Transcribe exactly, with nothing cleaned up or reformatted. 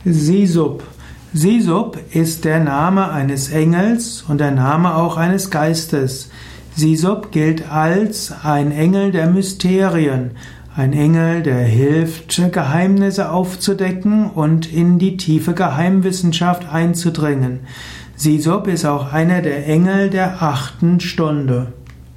Sisup. Sisup ist der Name eines Engels und der Name auch eines Geistes. Sisup gilt als ein Engel der Mysterien, ein Engel, der hilft, Geheimnisse aufzudecken und in die tiefe Geheimwissenschaft einzudringen. Sisup ist auch einer der Engel der achten Stunde.